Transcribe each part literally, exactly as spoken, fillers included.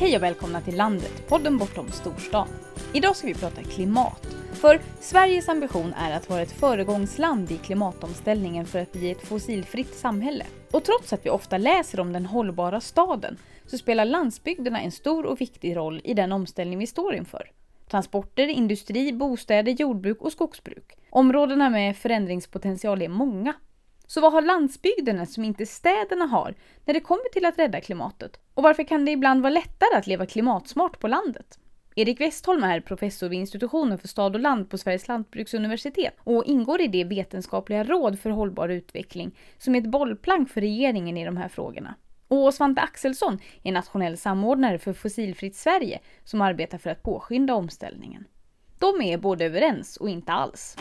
Hej och välkomna till Landet, podden bortom storstan. Idag ska vi prata klimat. För Sveriges ambition är att vara ett föregångsland i klimatomställningen för att bli ett fossilfritt samhälle. Och trots att vi ofta läser om den hållbara staden så spelar landsbygderna en stor och viktig roll i den omställning vi står inför. Transporter, industri, bostäder, jordbruk och skogsbruk. Områdena med förändringspotential är många. Så vad har landsbygderna som inte städerna har när det kommer till att rädda klimatet? Och varför kan det ibland vara lättare att leva klimatsmart på landet? Erik Westholm är professor vid institutionen för stad och land på Sveriges lantbruksuniversitet och ingår i det vetenskapliga råd för hållbar utveckling som är ett bollplank för regeringen i de här frågorna. Och Svante Axelsson är nationell samordnare för Fossilfritt Sverige som arbetar för att påskynda omställningen. De är både överens och inte alls.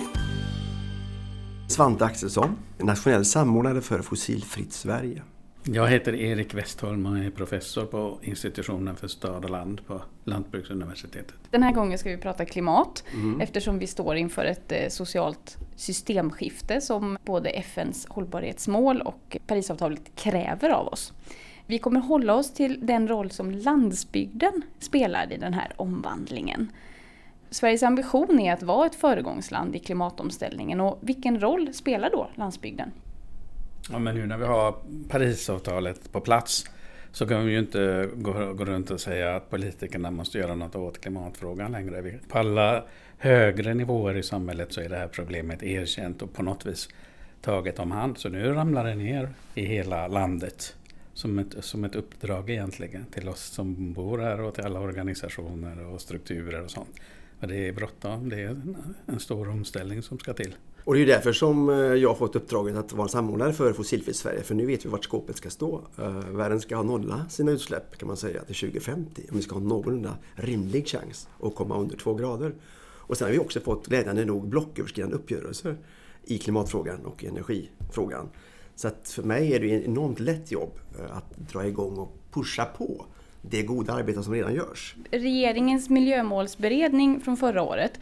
Svante Axelsson, nationell samordnare för Fossilfritt Sverige. Jag heter Erik Westholm och är professor på institutionen för stad och land på Lantbruksuniversitetet. Den här gången ska vi prata klimat Mm. eftersom vi står inför ett eh, socialt systemskifte som både F N:s hållbarhetsmål och Parisavtalet kräver av oss. Vi kommer hålla oss till den roll som landsbygden spelar i den här omvandlingen. Sveriges ambition är att vara ett föregångsland i klimatomställningen, och vilken roll spelar då landsbygden? Ja, men nu när vi har Parisavtalet på plats så kan vi ju inte gå, gå runt och säga att politikerna måste göra något åt klimatfrågan längre. På alla högre nivåer i samhället så är det här problemet erkänt och på något vis taget om hand. Så nu ramlar det ner i hela landet som ett, som ett uppdrag egentligen till oss som bor här och till alla organisationer och strukturer och sånt. Men det är bråttom, det är en, en stor omställning som ska till. Och det är ju därför som jag har fått uppdraget att vara samordnare för Fossilfritt Sverige. För nu vet vi vart skåpet ska stå. Världen ska ha nolla sina utsläpp kan man säga till tjugo femtio. Om vi ska ha någorlunda rimlig chans att komma under två grader. Och sen har vi också fått glädjande nog blocköverskridande uppgörelser i klimatfrågan och energifrågan. Så att för mig är det ett enormt lätt jobb att dra igång och pusha på det goda arbete som redan görs. Regeringens miljömålsberedning från förra året,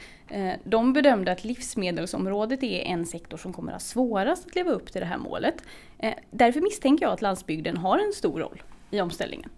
de bedömde att livsmedelsområdet är en sektor som kommer att ha svårast att leva upp till det här målet. Därför misstänker jag att landsbygden har en stor roll i omställningen.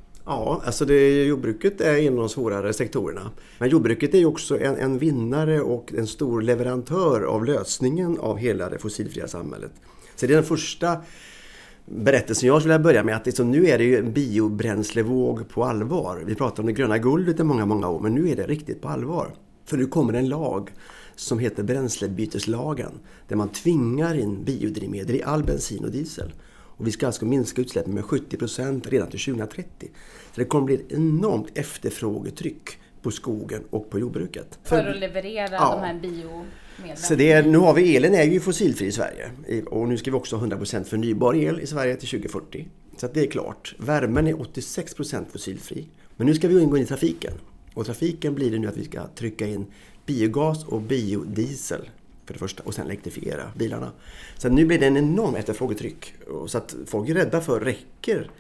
Ja, alltså det, jordbruket är en av de svårare sektorerna. Men jordbruket är ju också en, en vinnare och en stor leverantör av lösningen av hela det fossilfria samhället. Så det är den första berättelsen jag skulle börja med, att liksom, nu är det ju en biobränslevåg på allvar. Vi pratar om det gröna guldet i många, många år, men nu är det riktigt på allvar. För nu kommer en lag som heter bränslebyteslagen, där man tvingar in biodrivmedel i all bensin och diesel. Och vi ska alltså minska utsläppen med sjuttio procent redan till tjugohundratrettio. Så det kommer bli ett enormt efterfrågetryck på skogen och på jordbruket. För, för att leverera ja. de här biomedlen. Så det är, nu har vi elen är ju fossilfri i Sverige. Och nu ska vi också ha hundra procent förnybar el i Sverige till tjugo fyrtio. Så att det är klart. Värmen är åttiosex procent fossilfri. Men nu ska vi ingå in i trafiken. Och trafiken blir det nu att vi ska trycka in biogas och biodiesel för det första. Och sen elektrifiera bilarna. Så nu blir det en enorm efterfrågetryck. Så att folk är rädda för räcker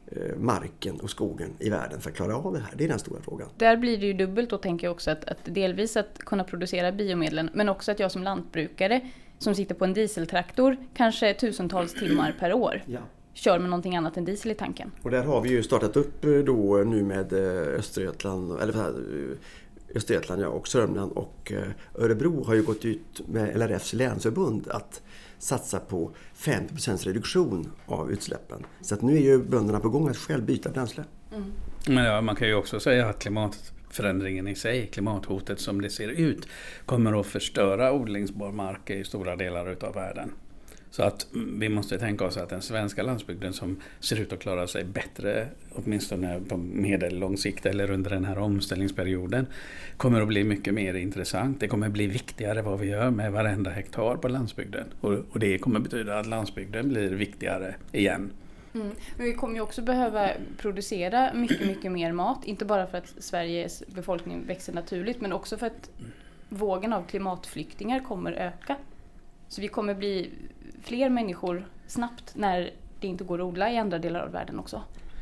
marken och skogen i världen för att klara av det här. Det är den stora frågan. Där blir det ju dubbelt då, tänker jag också, att, att delvis att kunna producera biomedlen, men också att jag som lantbrukare som sitter på en dieseltraktor kanske tusentals timmar per år ja. kör med någonting annat än diesel i tanken. Och där har vi ju startat upp då nu med Östergötland, eller Östergötland ja, och Sörmland och Örebro har ju gått ut med L R F:s länsförbund att satsa på femtio procent reduktion av utsläppen. Så att nu är ju bönderna på gång att själv byta bränsle. Mm. Men ja, man kan ju också säga att klimatförändringen i sig, klimathotet som det ser ut, kommer att förstöra odlingsbar mark i stora delar av världen. Så att vi måste tänka oss att den svenska landsbygden som ser ut att klara sig bättre, åtminstone på medellång sikt eller under den här omställningsperioden, kommer att bli mycket mer intressant. Det kommer bli viktigare vad vi gör med varenda hektar på landsbygden. Och, och det kommer betyda att landsbygden blir viktigare igen. Mm. Men vi kommer ju också behöva producera mycket, mycket mer mat. Inte bara för att Sveriges befolkning växer naturligt, men också för att vågen av klimatflyktingar kommer öka. Så vi kommer bli fler människor snabbt när det inte går att odla i andra delar av världen också.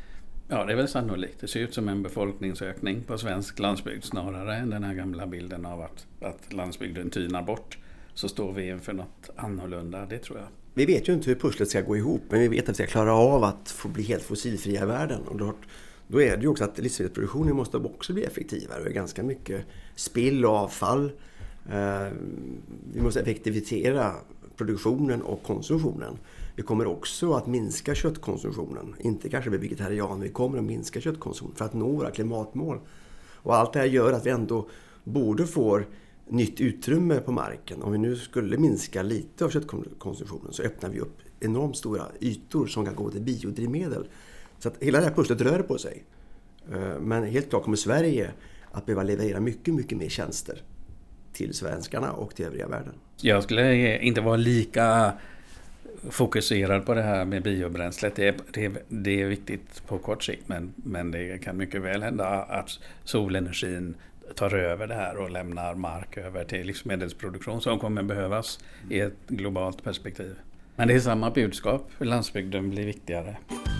Ja, det är väl sannolikt. Det ser ut som en befolkningsökning på svensk landsbygd snarare än den här gamla bilden av att, att landsbygden tynar bort. Så står vi inför något annorlunda, det tror jag. Vi vet ju inte hur pusslet ska gå ihop, men vi vet att vi ska klara av att få bli helt fossilfria i världen. Och då, Då är det ju också att livsmedelsproduktionen måste också bli effektivare. Det är ganska mycket spill och avfall. Vi måste effektivisera produktionen och konsumtionen. Vi kommer också att minska köttkonsumtionen. Inte kanske bli vegetarian, vi kommer att minska köttkonsumtionen för att nå våra klimatmål. Och allt det här gör att vi ändå borde få nytt utrymme på marken. Om vi nu skulle minska lite av köttkonsumtionen så öppnar vi upp enormt stora ytor som kan gå till biodrivmedel. Så att hela det här pusslet rör på sig. Men helt klart kommer Sverige att behöva leverera mycket, mycket mer tjänster till svenskarna och till övriga världen. Jag skulle inte vara lika fokuserad på det här med biobränslet. Det är, det är, det är viktigt på kort sikt, men, men det kan mycket väl hända att solenergin tar över det här och lämnar mark över till livsmedelsproduktion som kommer behövas i ett globalt perspektiv. Men det är samma budskap, landsbygden blir viktigare.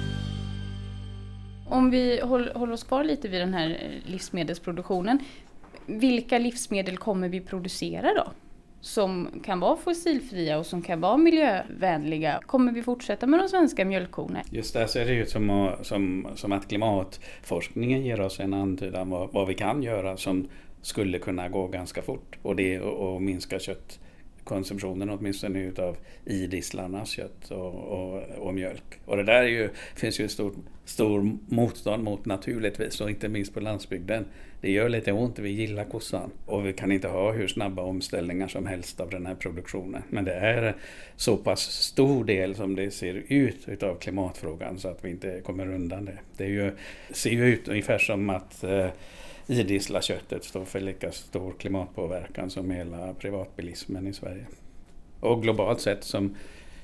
Om vi håller oss kvar lite vid den här livsmedelsproduktionen, vilka livsmedel kommer vi producera då? Som kan vara fossilfria och som kan vara miljövänliga. Kommer vi fortsätta med de svenska mjölkkorna? Just där ser det ut som, som, som att klimatforskningen ger oss en antydan vad, vad vi kan göra som skulle kunna gå ganska fort. Och det är att minska köttkonsumtionen åtminstone utav idisslarnas kött och, och, och mjölk. Och det där är ju, finns ju stor, stor motstånd mot naturligtvis och inte minst på landsbygden. Det gör lite ont, vi gillar kossan och vi kan inte ha hur snabba omställningar som helst av den här produktionen. Men det är så pass stor del som det ser ut utav klimatfrågan så att vi inte kommer undan det. Det är ju, ser ju ut ungefär som att eh, idisslarköttet står för lika stor klimatpåverkan som hela privatbilismen i Sverige. Och globalt sett som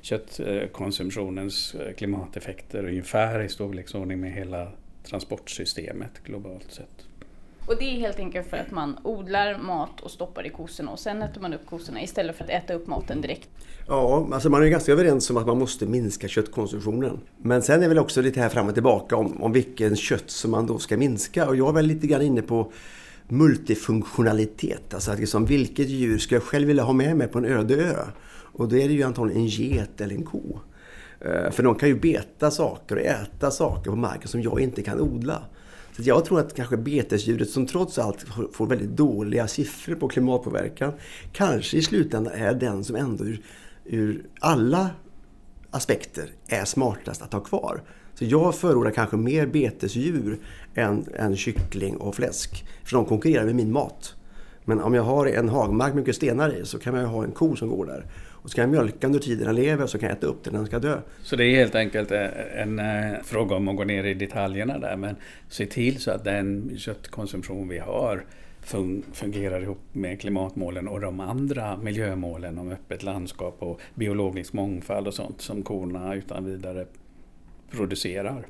köttkonsumtionens klimateffekter ungefär i storleksordning med hela transportsystemet globalt sett. Och det är helt enkelt för att man odlar mat och stoppar i kossorna och sen äter man upp kossorna istället för att äta upp maten direkt. Ja, alltså man är ganska överens om att man måste minska köttkonsumtionen. Men sen är väl också lite här fram och tillbaka om, om vilken kött som man då ska minska. Och jag är väl lite grann inne på multifunktionalitet. Alltså att liksom, vilket djur ska jag själv vilja ha med mig på en öde ö? Och då är det ju antagligen en get eller en ko. För de kan ju beta saker och äta saker på marken som jag inte kan odla. Så jag tror att kanske betesdjuret som trots allt får väldigt dåliga siffror på klimatpåverkan kanske i slutändan är den som ändå ur, ur alla aspekter är smartast att ha kvar. Så jag förordar kanske mer betesdjur än, än kyckling och fläsk. För de konkurrerar med min mat. Men om jag har en hagmark med mycket stenar i så kan man ju ha en ko som går där. Och så kan jag mjölka under tiden den lever så kan jag äta upp den när den ska dö. Så det är helt enkelt en, en fråga om att gå ner i detaljerna där. Men se till så att den köttkonsumtion vi har fungerar ihop med klimatmålen och de andra miljömålen om öppet landskap och biologisk mångfald och sånt som korna utan vidare producerar.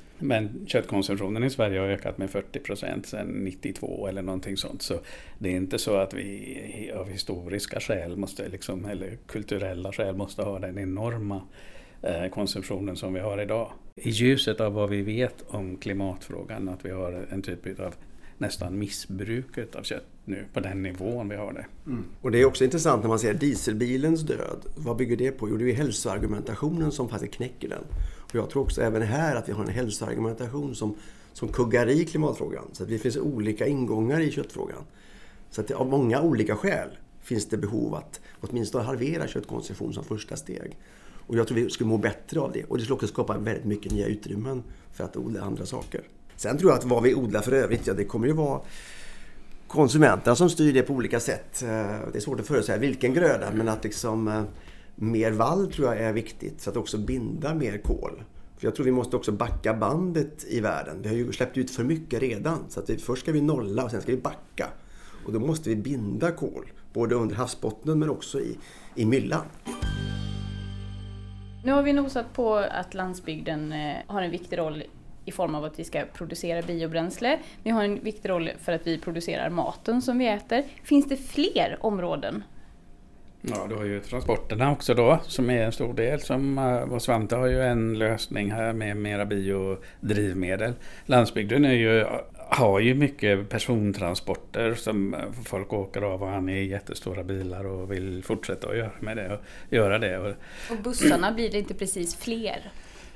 Men köttkonsumtionen i Sverige har ökat med fyrtio procent sedan nittiotvå eller någonting sånt. Så det är inte så att vi av historiska skäl måste, liksom, eller kulturella skäl måste ha den enorma eh, konsumtionen som vi har idag. I ljuset av vad vi vet om klimatfrågan, att vi har en typ av nästan missbruket av kött nu på den nivån vi har det. Mm. Och det är också intressant när man ser dieselbilens död. Vad bygger det på? Jo, det är hälsoargumentationen som faktiskt knäcker den. Och jag tror också även här att vi har en hälsoargumentation som, som kuggar i klimatfrågan. Så att det finns olika ingångar i köttfrågan. Så att det, av många olika skäl finns det behov att åtminstone halvera köttkonsumtion som första steg. Och jag tror vi skulle må bättre av det. Och det skulle också skapa väldigt mycket nya utrymmen för att odla andra saker. Sen tror jag att vad vi odlar för övrigt, ja, det kommer ju vara konsumenterna som styr det på olika sätt. Det är svårt att förutsäga vilken gröda, men att liksom mer vall tror jag är viktigt så att också binda mer kol. För jag tror vi måste också backa bandet i världen. Vi har ju släppt ut för mycket redan så att vi, först ska vi nolla och sen ska vi backa. Och då måste vi binda kol, både under havsbottnen men också i, i myllan. Nu har vi nosat på att landsbygden har en viktig roll i form av att vi ska producera biobränsle. Vi har en viktig roll för att vi producerar maten som vi äter. Finns det fler områden? Ja, du har ju transporterna också då som är en stor del. Som, och Svante har ju en lösning här med mera biodrivmedel. Landsbygden är ju, har ju mycket persontransporter som folk åker av och han är i jättestora bilar och vill fortsätta att göra, med det och göra det. Och bussarna blir det inte precis fler?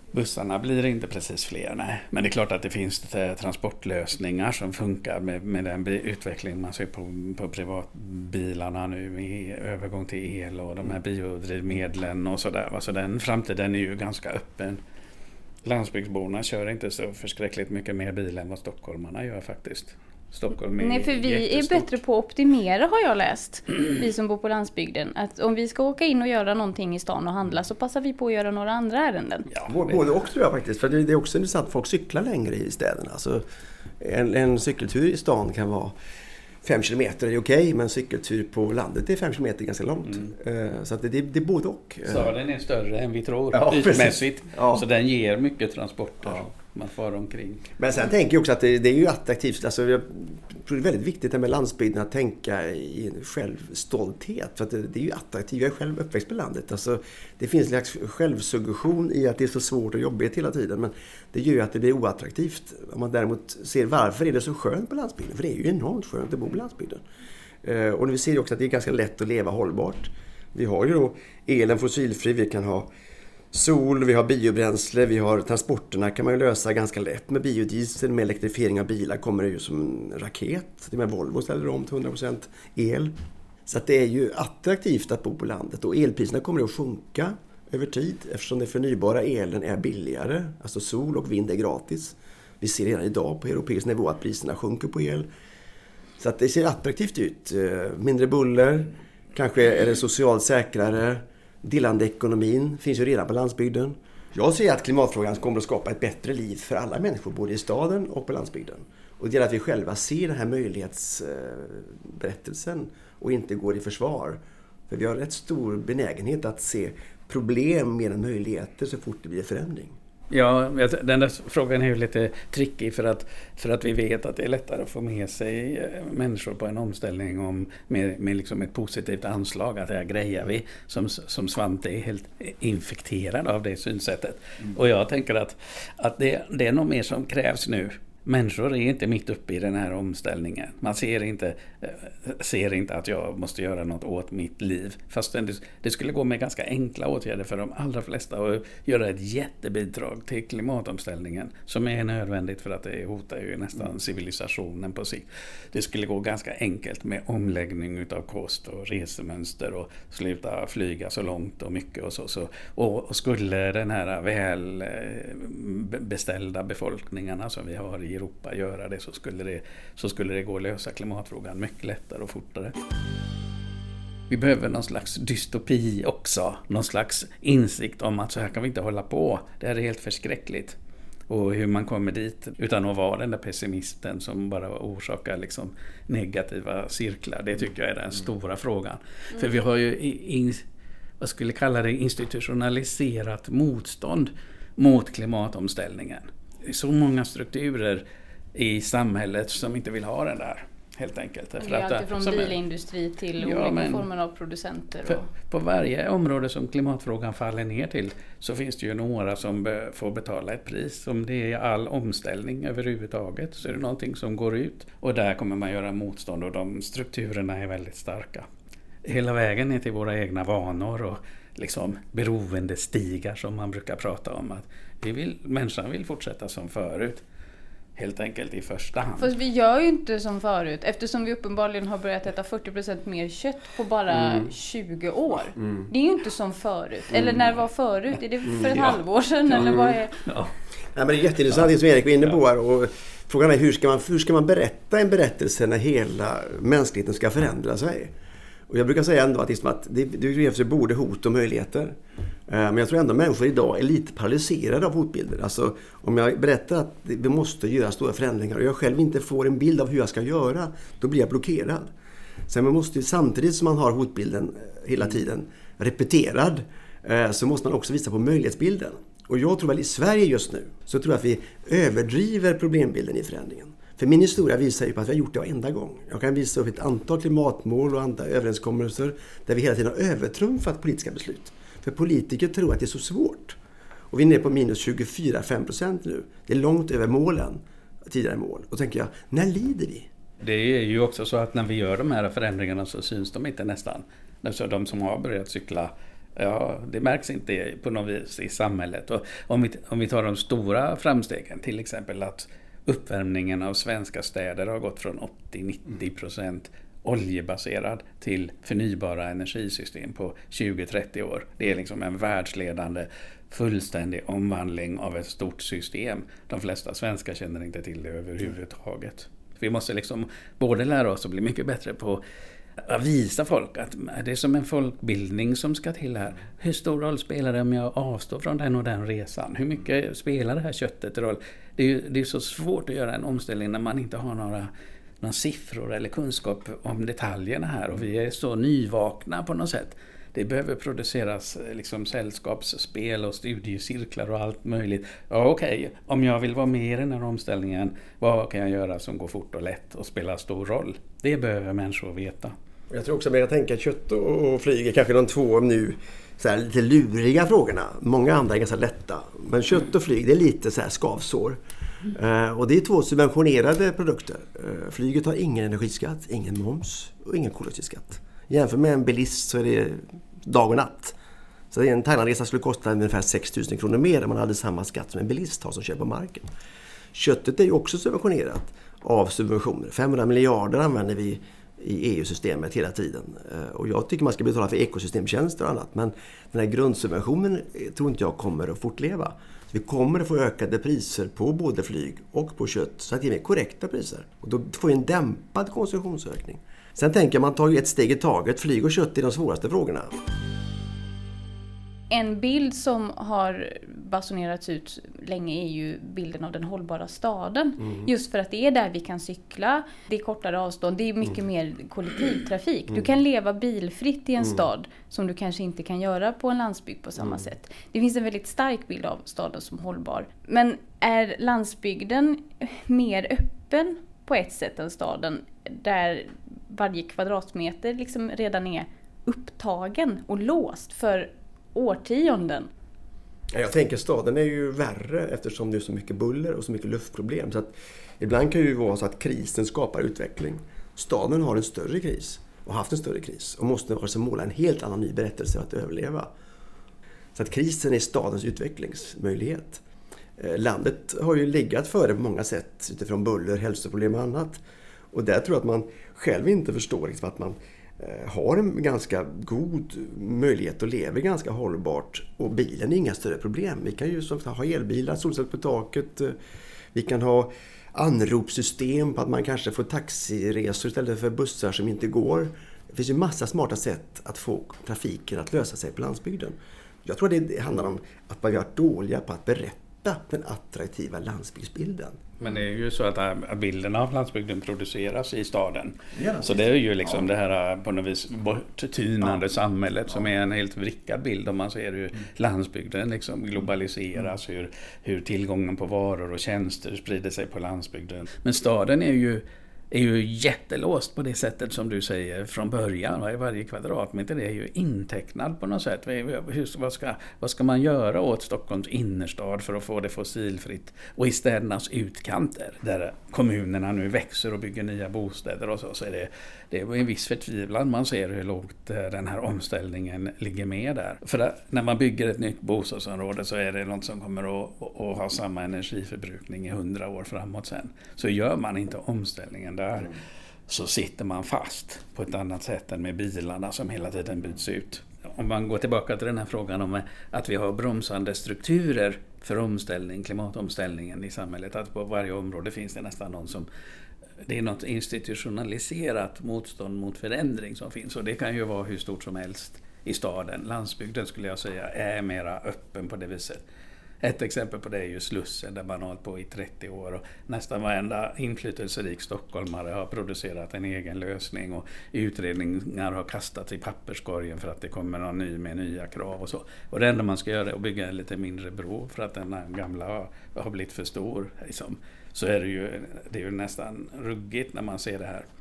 Bussarna blir inte precis fler, nej. Men det är klart att det finns transportlösningar som funkar med, med den utveckling man ser på, på privatbilarna nu med övergång till el och de här biodrivmedlen och sådär. Alltså den framtiden är ju ganska öppen. Landsbygdsborna kör inte så förskräckligt mycket mer bil än vad stockholmarna gör faktiskt. Stockholm är Nej, för vi jättestort. är bättre på att optimera har jag läst, vi som bor på landsbygden. Att om vi ska åka in och göra någonting i stan och handla så passar vi på att göra några andra ärenden. Ja, Både och tror jag faktiskt, för det är också intressant att folk cyklar längre i städerna. Alltså, en, en cykeltur i stan kan vara fem kilometer är okej, men cykeltur på landet är fem kilometer ganska långt. Mm. Så att det, det, det är både och. Staden är större än vi tror, ja, ytmässigt. Ja. Så den ger mycket transporter. Ja. Man far omkring. Men sen tänker jag också att det, det är ju attraktivt. Alltså, jag tror det är väldigt viktigt med landsbygden att tänka i en självstolthet. För att det, det är ju attraktivt. Jag är själv uppväxt på landet. Alltså, det finns en slags självsuggestion i att det är så svårt och jobbigt hela tiden. Men det gör ju att det blir oattraktivt. Om man däremot ser varför är det så skönt på landsbygden. För det är ju enormt skönt att bo på landsbygden. Eh, och vi ser ju också att det är ganska lätt att leva hållbart. Vi har ju då elen fossilfri. Vi kan ha sol, vi har biobränsle, vi har transporterna kan man ju lösa ganska lätt med biodiesel, med elektrifiering av bilar kommer det ju som en raket. Det med Volvo ställer om till hundra procent el. Så att det är ju attraktivt att bo på landet och elpriserna kommer att sjunka över tid eftersom den förnybara elen är billigare. Alltså sol och vind är gratis. Vi ser redan idag på europeisk nivå att priserna sjunker på el. Så att det ser attraktivt ut. Mindre buller, kanske är det socialt säkrare. Delande ekonomin finns ju redan på landsbygden. Jag ser att klimatfrågan kommer att skapa ett bättre liv för alla människor både i staden och på landsbygden. Och det gäller att vi själva ser den här möjlighetsberättelsen och inte går i försvar. För vi har rätt stor benägenhet att se problem mer än möjligheter så fort det blir förändring. Ja, den där frågan är ju lite tricky för att, för att vi vet att det är lättare att få med sig människor på en omställning om, med, med liksom ett positivt anslag, att det här grejer vi, som, som Svante är helt infekterad av det synsättet. Mm. Och jag tänker att, att det, det är nog mer som krävs nu. Människor är inte mitt uppe i den här omställningen. Man ser inte, ser inte att jag måste göra något åt mitt liv. Fast det skulle gå med ganska enkla åtgärder för de allra flesta att göra ett jättebidrag till klimatomställningen som är nödvändigt för att det hotar ju nästan civilisationen på sikt. Det skulle gå ganska enkelt med omläggning utav kost och resemönster och sluta flyga så långt och mycket och så. så. Och, och skulle den här väl beställda befolkningarna som vi har i Europa göra det så skulle det, så skulle det gå att lösa klimatfrågan mycket lättare och fortare. Vi behöver någon slags dystopi också. Någon slags insikt om att så här kan vi inte hålla på. Det här är helt förskräckligt. Och hur man kommer dit utan att vara den där pessimisten som bara orsakar liksom negativa cirklar. Det tycker jag är den stora frågan. Mm. För vi har ju in, vad skulle jag kalla det, institutionaliserat motstånd mot klimatomställningen. Det är så många strukturer i samhället som inte vill ha den där, helt enkelt. Det är alltid från bilindustri till ja, olika men, former av producenter. Och... På varje område som klimatfrågan faller ner till så finns det ju några som be, får betala ett pris. Om det är all omställning överhuvudtaget så är det någonting som går ut. Och där kommer man göra motstånd och de strukturerna är väldigt starka. Hela vägen ner till våra egna vanor och liksom beroendestigar som man brukar prata om. Att vi vill, människan vill fortsätta som förut. Helt enkelt i första hand. Fast vi gör ju inte som förut. Eftersom vi uppenbarligen har börjat äta fyrtio procent mer kött på bara mm. tjugo år. Mm. Det är ju inte som förut. Mm. Eller när det var förut? Är det för ett mm. halvår sedan? Ja. Eller vad är... Ja. Ja, men det är jätteintressant det som Erik var inne på här. Och frågan är hur ska, man, hur ska man berätta en berättelse när hela mänskligheten ska förändra sig? Och jag brukar säga ändå att det, det krävs ju både hot och möjligheter. Men jag tror ändå att människor idag är lite paralyserade av hotbilder. Alltså om jag berättar att vi måste göra stora förändringar och jag själv inte får en bild av hur jag ska göra, då blir jag blockerad. Så man måste, samtidigt som man har hotbilden hela tiden repeterad, så måste man också visa på möjlighetsbilden. Och jag tror väl i Sverige just nu så tror jag att vi överdriver problembilden i förändringen. För min historia visar ju på att vi har gjort det varenda gång. Jag kan visa upp ett antal klimatmål och andra överenskommelser där vi hela tiden har övertrumfat politiska beslut. För politiker tror att det är så svårt. Och vi är nere på minus tjugofyra till tjugofem procent nu. Det är långt över målen, tidigare mål. Och tänker jag, när lider vi? Det är ju också så att när vi gör de här förändringarna så syns de inte nästan. Så de som har börjat cykla Ja, det märks inte på något vis i samhället. Och om vi, om vi tar de stora framstegen, till exempel att uppvärmningen av svenska städer har gått från åttio till nittio procent oljebaserad till förnybara energisystem på tjugo till trettio år. Det är liksom en världsledande fullständig omvandling av ett stort system. De flesta svenskar känner inte till det överhuvudtaget. Vi måste liksom både lära oss att bli mycket bättre på att visa folk att det är som en folkbildning som ska till här. Hur stor roll spelar det om jag avstår från den och den resan? Hur mycket spelar det här köttet roll? Det är ju det är så svårt att göra en omställning när man inte har några, några siffror eller kunskap om detaljerna här. Och vi är så nyvakna på något sätt. Det behöver produceras liksom sällskapsspel och studiecirklar och allt möjligt. Ja, okej, okay. Om jag vill vara med i den här omställningen, vad kan jag göra som går fort och lätt och spelar stor roll? Det behöver människor veta. Jag tror också att jag tänker att kött och flyg är kanske de två nu så här lite luriga frågorna. Många andra är ganska lätta. Men kött och flyg, det är lite så här skavsår. Uh, och det är två subventionerade produkter. Uh, flyget har ingen energiskatt, ingen moms och ingen koldioxidskatt. Jämför med en bilist så är det dag och natt. Så en Thailandresa skulle kosta ungefär sex tusen kronor mer om man hade samma skatt som en bilist har som köper marken. Köttet är ju också subventionerat av subventioner. femhundra miljarder använder vi i E U-systemet hela tiden. Och jag tycker man ska betala för ekosystemtjänster och annat. Men den här grundsubventionen tror inte jag kommer att fortleva. Så vi kommer att få ökade priser på både flyg och på kött så att det är mer korrekta priser. Och då får vi en dämpad konsumtionsökning. Sen tänker man tar ju ett steg i taget. Flyg och kött är de svåraste frågorna. En bild som har basunerats ut länge är ju bilden av den hållbara staden. Mm. Just för att det är där vi kan cykla, det är kortare avstånd, det är mycket mm. mer kollektivtrafik. Mm. Du kan leva bilfritt i en mm. stad som du kanske inte kan göra på en landsbygd på samma mm. sätt. Det finns en väldigt stark bild av staden som hållbar. Men är landsbygden mer öppen på ett sätt än staden där varje kvadratmeter liksom redan är upptagen och låst för årtionden? Jag tänker staden är ju värre eftersom det är så mycket buller och så mycket luftproblem. Så att ibland kan det ju vara så att krisen skapar utveckling. Staden har en större kris och har haft en större kris och måste alltså måla en helt annan ny berättelse att överleva. Så att krisen är stadens utvecklingsmöjlighet. Landet har ju legat före på många sätt utifrån buller, hälsoproblem och annat. Och där tror jag att man själv inte förstår liksom att man har en ganska god möjlighet att leva ganska hållbart och bilen är inga större problem. Vi kan ju som sagt ha elbilar, solceller på taket, vi kan ha anropssystem på att man kanske får taxiresor istället för bussar som inte går. Det finns ju massa smarta sätt att få trafiken att lösa sig på landsbygden. Jag tror det handlar om att man har varit dåliga på att berätta den attraktiva landsbygdsbilden. Men det är ju så att bilden av landsbygden produceras i staden. Ja, så det är ju liksom ja. Det här på något vis borttynande ja. samhället ja. som är en helt vrickad bild om man ser hur mm. landsbygden liksom globaliseras, mm. hur, hur tillgången på varor och tjänster sprider sig på landsbygden. Men staden är ju är ju jättelåst på det sättet som du säger från början. Varje, varje kvadratmeter det är ju intecknad på något sätt. Hur, vad, ska, vad ska man göra åt Stockholms innerstad för att få det fossilfritt? Och i städernas utkanter där kommunerna nu växer och bygger nya bostäder och så, så är det, det är en viss förtvivlan. Man ser hur lågt den här omställningen ligger med där. För att när man bygger ett nytt bostadsområde så är det något som kommer att, att ha samma energiförbrukning i hundra år framåt sen. Så gör man inte omställningen där så sitter man fast på ett annat sätt än med bilarna som hela tiden byts ut. Om man går tillbaka till den här frågan om att vi har bromsande strukturer för omställning, klimatomställningen i samhället, att på varje område finns det nästan någon som det är något institutionaliserat motstånd mot förändring som finns och det kan ju vara hur stort som helst i staden. Landsbygden skulle jag säga är mera öppen på det viset. Ett exempel på det är ju Slussen där man har hållit på i trettio år och nästan varenda inflytelserik stockholmare har producerat en egen lösning och utredningar har kastats i papperskorgen för att det kommer någon ny med nya krav och så. Och det enda man ska göra är att bygga en lite mindre bro för att den gamla har, har blivit för stor. Liksom. Så är det ju, det är ju nästan ruggigt när man ser det här.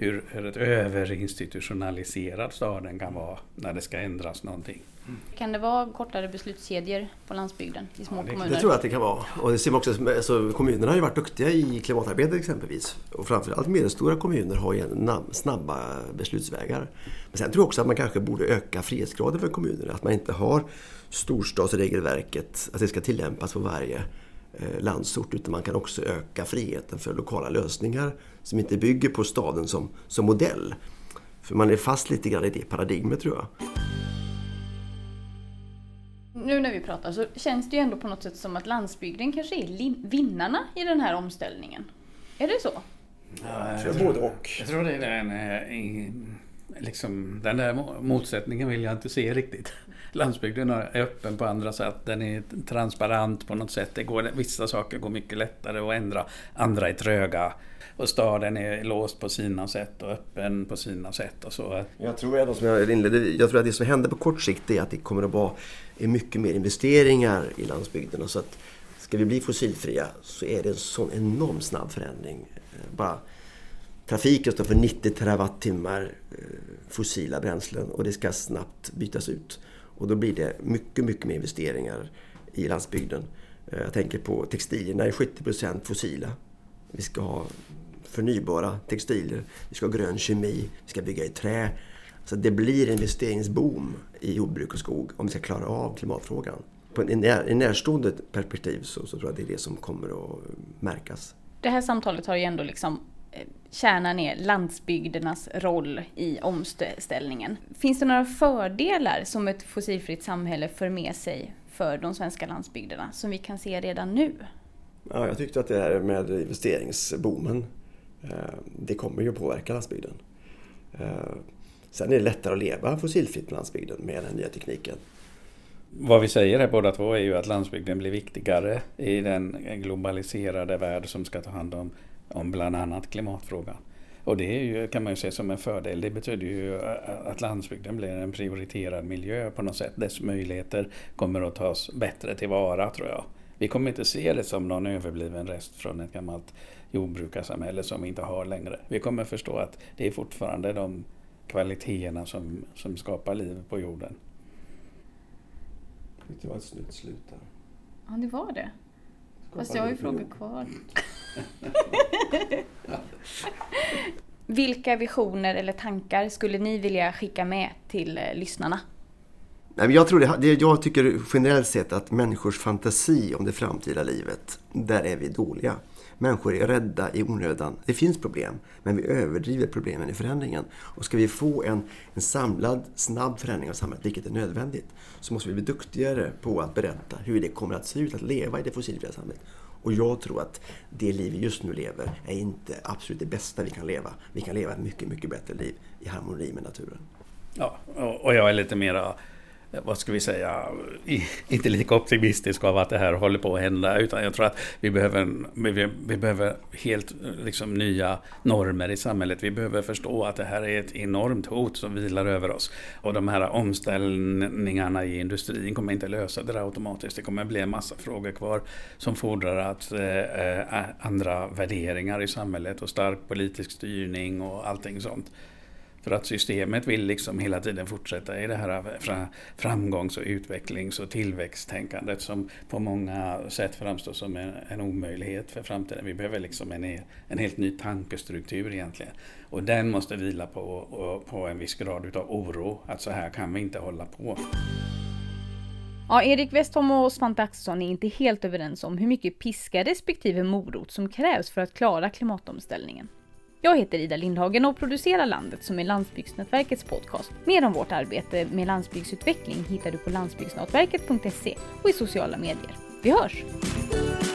hur, hur ett överinstitutionaliserad staden kan vara när det ska ändras någonting. Kan det vara kortare beslutskedjor på landsbygden i små Ja, det, kommuner? Det tror jag att det kan vara. Och det ser man också, alltså, kommunerna har ju varit duktiga i klimatarbetet exempelvis. Och framförallt medelstora kommuner har ju snabba beslutsvägar. Men sen tror jag också att man kanske borde öka frihetsgraden för kommunerna. Att man inte har storstadsregelverket, att det ska tillämpas på varje eh, landsort. Utan man kan också öka friheten för lokala lösningar som inte bygger på staden som, som modell. För man är fast lite grann i det paradigmet, tror jag. Nu när vi pratar så känns det ju ändå på något sätt som att landsbygden kanske är lin- vinnarna i den här omställningen. Är det så? Ja, jag tror, både och. Jag tror det är den, i, liksom, den där motsättningen vill jag inte se riktigt. Landsbygden är öppen på andra sätt. Den är transparent på något sätt. Det går, vissa saker går mycket lättare att ändra. Andra är tröga. Och staden är låst på sina sätt och öppen på sina sätt. Och så. Jag tror, ändå, som jag, inledde, jag tror att det som händer på kort sikt är att det kommer att vara mycket mer investeringar i landsbygden. Och så att ska vi bli fossilfria så är det en sån enorm snabb förändring. Bara trafiken står för nittio terawattimmar fossila bränslen och det ska snabbt bytas ut. Och då blir det mycket, mycket mer investeringar i landsbygden. Jag tänker på textilierna är sjuttio procent fossila. Vi ska ha förnybara textiler, vi ska ha grön kemi, vi ska bygga i trä. Så det blir investeringsboom i jordbruk och skog om vi ska klara av klimatfrågan. På en när, en närstående perspektiv så, så tror jag det är det som kommer att märkas. Det här samtalet har ju ändå liksom kärnan är landsbygdernas roll i omställningen. Finns det några fördelar som ett fossilfritt samhälle för med sig för de svenska landsbygderna som vi kan se redan nu? Ja, jag tyckte att det här med investeringsboomen, det kommer ju att påverka landsbygden. Sen är det lättare att leva fossilfritt på landsbygden med den nya tekniken. Vad vi säger här båda två är ju att landsbygden blir viktigare i den globaliserade värld som ska ta hand om, om bland annat klimatfrågan. Och det är ju, kan man ju se som en fördel. Det betyder ju att landsbygden blir en prioriterad miljö på något sätt. Dess möjligheter kommer att tas bättre tillvara, tror jag. Vi kommer inte se det som någon överbliven rest från ett gammalt jordbrukarsamhälle som vi inte har längre. Vi kommer förstå att det är fortfarande de kvaliteterna som, som skapar liv på jorden. Det var ett snyggt slut där. Ja, det var det. Fast jag har ju frågor kvar. Vilka visioner eller tankar skulle ni vilja skicka med till eh, lyssnarna? Nej, men jag, tror det, det, jag tycker generellt sett att människors fantasi om det framtida livet, där är vi dåliga. Människor är rädda i onödan. Det finns problem, men vi överdriver problemen i förändringen. Och ska vi få en, en samlad, snabb förändring av samhället, vilket är nödvändigt, så måste vi bli duktigare på att berätta hur det kommer att se ut att leva i det fossilfria samhället. Och jag tror att det liv vi just nu lever är inte absolut det bästa vi kan leva. Vi kan leva ett mycket, mycket bättre liv i harmoni med naturen. Ja, och jag är lite mera, vad ska vi säga, inte lika optimistisk av att det här håller på att hända, utan jag tror att vi behöver, vi, vi behöver helt liksom nya normer i samhället. Vi behöver förstå att det här är ett enormt hot som vilar över oss. Och de här omställningarna i industrin kommer inte lösa det där automatiskt. Det kommer bli en massa frågor kvar som fordrar att eh, andra värderingar i samhället och stark politisk styrning och allting sånt. För att systemet vill liksom hela tiden fortsätta i det här framgångs- och utvecklings- och tillväxttänkandet som på många sätt framstår som en, en omöjlighet för framtiden. Vi behöver liksom en, en helt ny tankestruktur egentligen. Och den måste vila på, på en viss grad utav oro. Att så här kan vi inte hålla på. Ja, Erik Westholm och Svante Axelsson är inte helt överens om hur mycket piska respektive morot som krävs för att klara klimatomställningen. Jag heter Ida Lindhagen och producerar Landet som är Landsbygdsnätverkets podcast. Mer om vårt arbete med landsbygdsutveckling hittar du på landsbygdsnätverket punkt se och i sociala medier. Vi hörs!